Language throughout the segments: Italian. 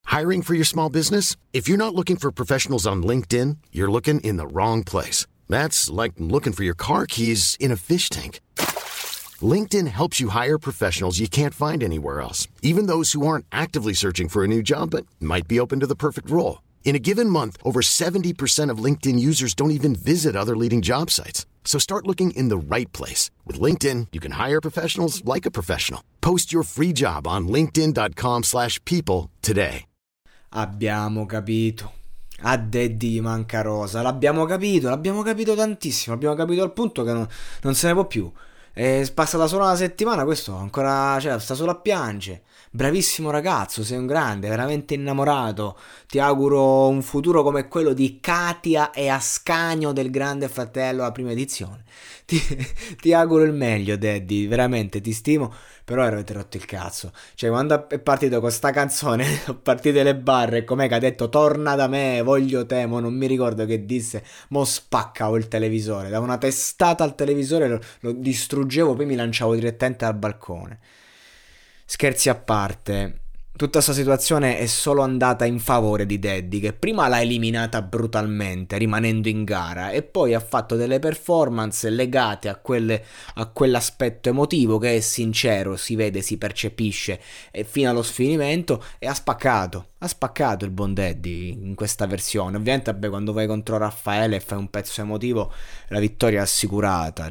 Hiring for your small business? If you're not looking for professionals on LinkedIn, you're looking in the wrong place. That's like looking for your car keys in a fish tank. LinkedIn helps you hire professionals you can't find anywhere else, even those who aren't actively searching for a new job but might be open to the perfect role. In a given month, over 70% of LinkedIn users don't even visit other leading job sites. So start looking in the right place. With LinkedIn, you can hire professionals like a professional. Post your free job on linkedin.com/people today. Abbiamo capito. A Daddy manca Rosa. L'abbiamo capito tantissimo. L'abbiamo capito al punto che non se ne può più. È passata solo una settimana, questo ancora, cioè, sta solo a piangere. Bravissimo ragazzo, sei un grande, veramente innamorato. Ti auguro un futuro come quello di Katia e Ascanio del Grande Fratello, la prima edizione. Ti auguro il meglio, Daddy, veramente ti stimo. Però avete rotto il cazzo. Cioè, quando è partito con sta canzone, sono partite le barre. Com'è che ha detto torna da me, voglio te. Mo non mi ricordo che disse. Mo spaccavo il televisore. Davo una testata al televisore, lo distruggevo, poi mi lanciavo direttamente dal balcone. Scherzi a parte, tutta questa situazione è solo andata in favore di Daddy, che prima l'ha eliminata brutalmente rimanendo in gara e poi ha fatto delle performance legate a quell'aspetto emotivo che è sincero, si vede, si percepisce, e fino allo sfinimento, e ha spaccato il buon Daddy in questa versione. Ovviamente quando vai contro Raffaele e fai un pezzo emotivo, la vittoria è assicurata,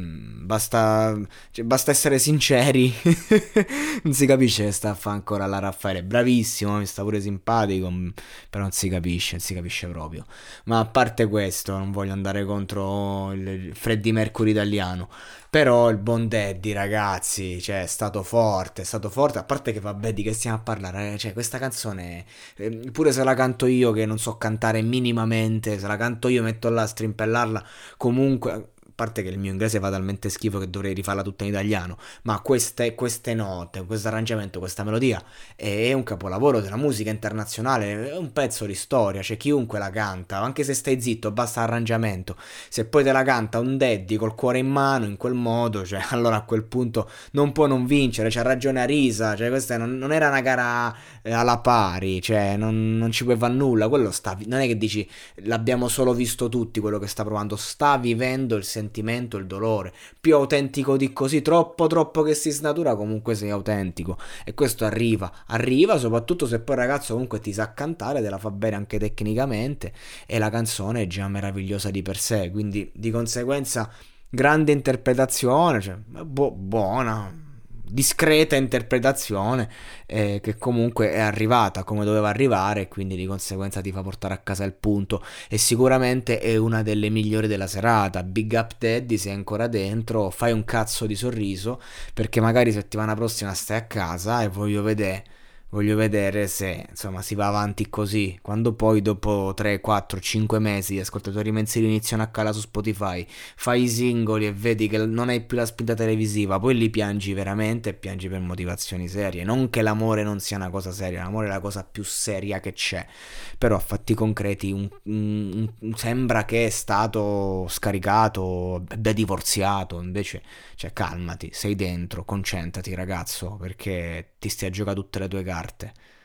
basta essere sinceri. Non si capisce che sta a fare ancora la Raffaele. Bravissimo, mi sta pure simpatico, però non si capisce proprio. Ma a parte questo, non voglio andare contro il Freddie Mercury italiano, però il buon Daddy, ragazzi, cioè è stato forte. A parte che vabbè, di che stiamo a parlare, cioè questa canzone, pure se la canto io che non so cantare minimamente, se la canto io metto là a strimpellarla, comunque, a parte che il mio inglese fa talmente schifo che dovrei rifarla tutta in italiano, ma queste note, questo arrangiamento, questa melodia è un capolavoro della musica internazionale, è un pezzo di storia, cioè chiunque la canta, anche se stai zitto, basta l'arrangiamento. Se poi te la canta un Daddy col cuore in mano in quel modo, cioè allora a quel punto non può non vincere. C'ha ragione Arisa, cioè questa non era una gara alla pari, cioè non ci puoi fare nulla. Quello non è che dici l'abbiamo solo visto tutti, quello che sta provando, sta vivendo il sentimento, il dolore. Più autentico di così, troppo che si snatura, comunque sei autentico, e questo arriva soprattutto se poi il ragazzo comunque ti sa cantare, te la fa bene anche tecnicamente, e la canzone è già meravigliosa di per sé, quindi di conseguenza grande interpretazione, cioè buona, discreta interpretazione, che comunque è arrivata come doveva arrivare, e quindi di conseguenza ti fa portare a casa il punto, e sicuramente è una delle migliori della serata. Big up Daddy, sei ancora dentro, fai un cazzo di sorriso, perché magari settimana prossima stai a casa e voglio vedere se insomma si va avanti così, quando poi dopo 3, 4, 5 mesi gli ascoltatori mensili iniziano a calare su Spotify, fai i singoli e vedi che non hai più la spinta televisiva, poi li piangi veramente, e piangi per motivazioni serie. Non che l'amore non sia una cosa seria, l'amore è la cosa più seria che c'è, però a fatti concreti sembra che è stato scaricato, da divorziato, invece, cioè calmati, sei dentro, concentrati ragazzo, perché ti stai a giocare tutte le tue carte.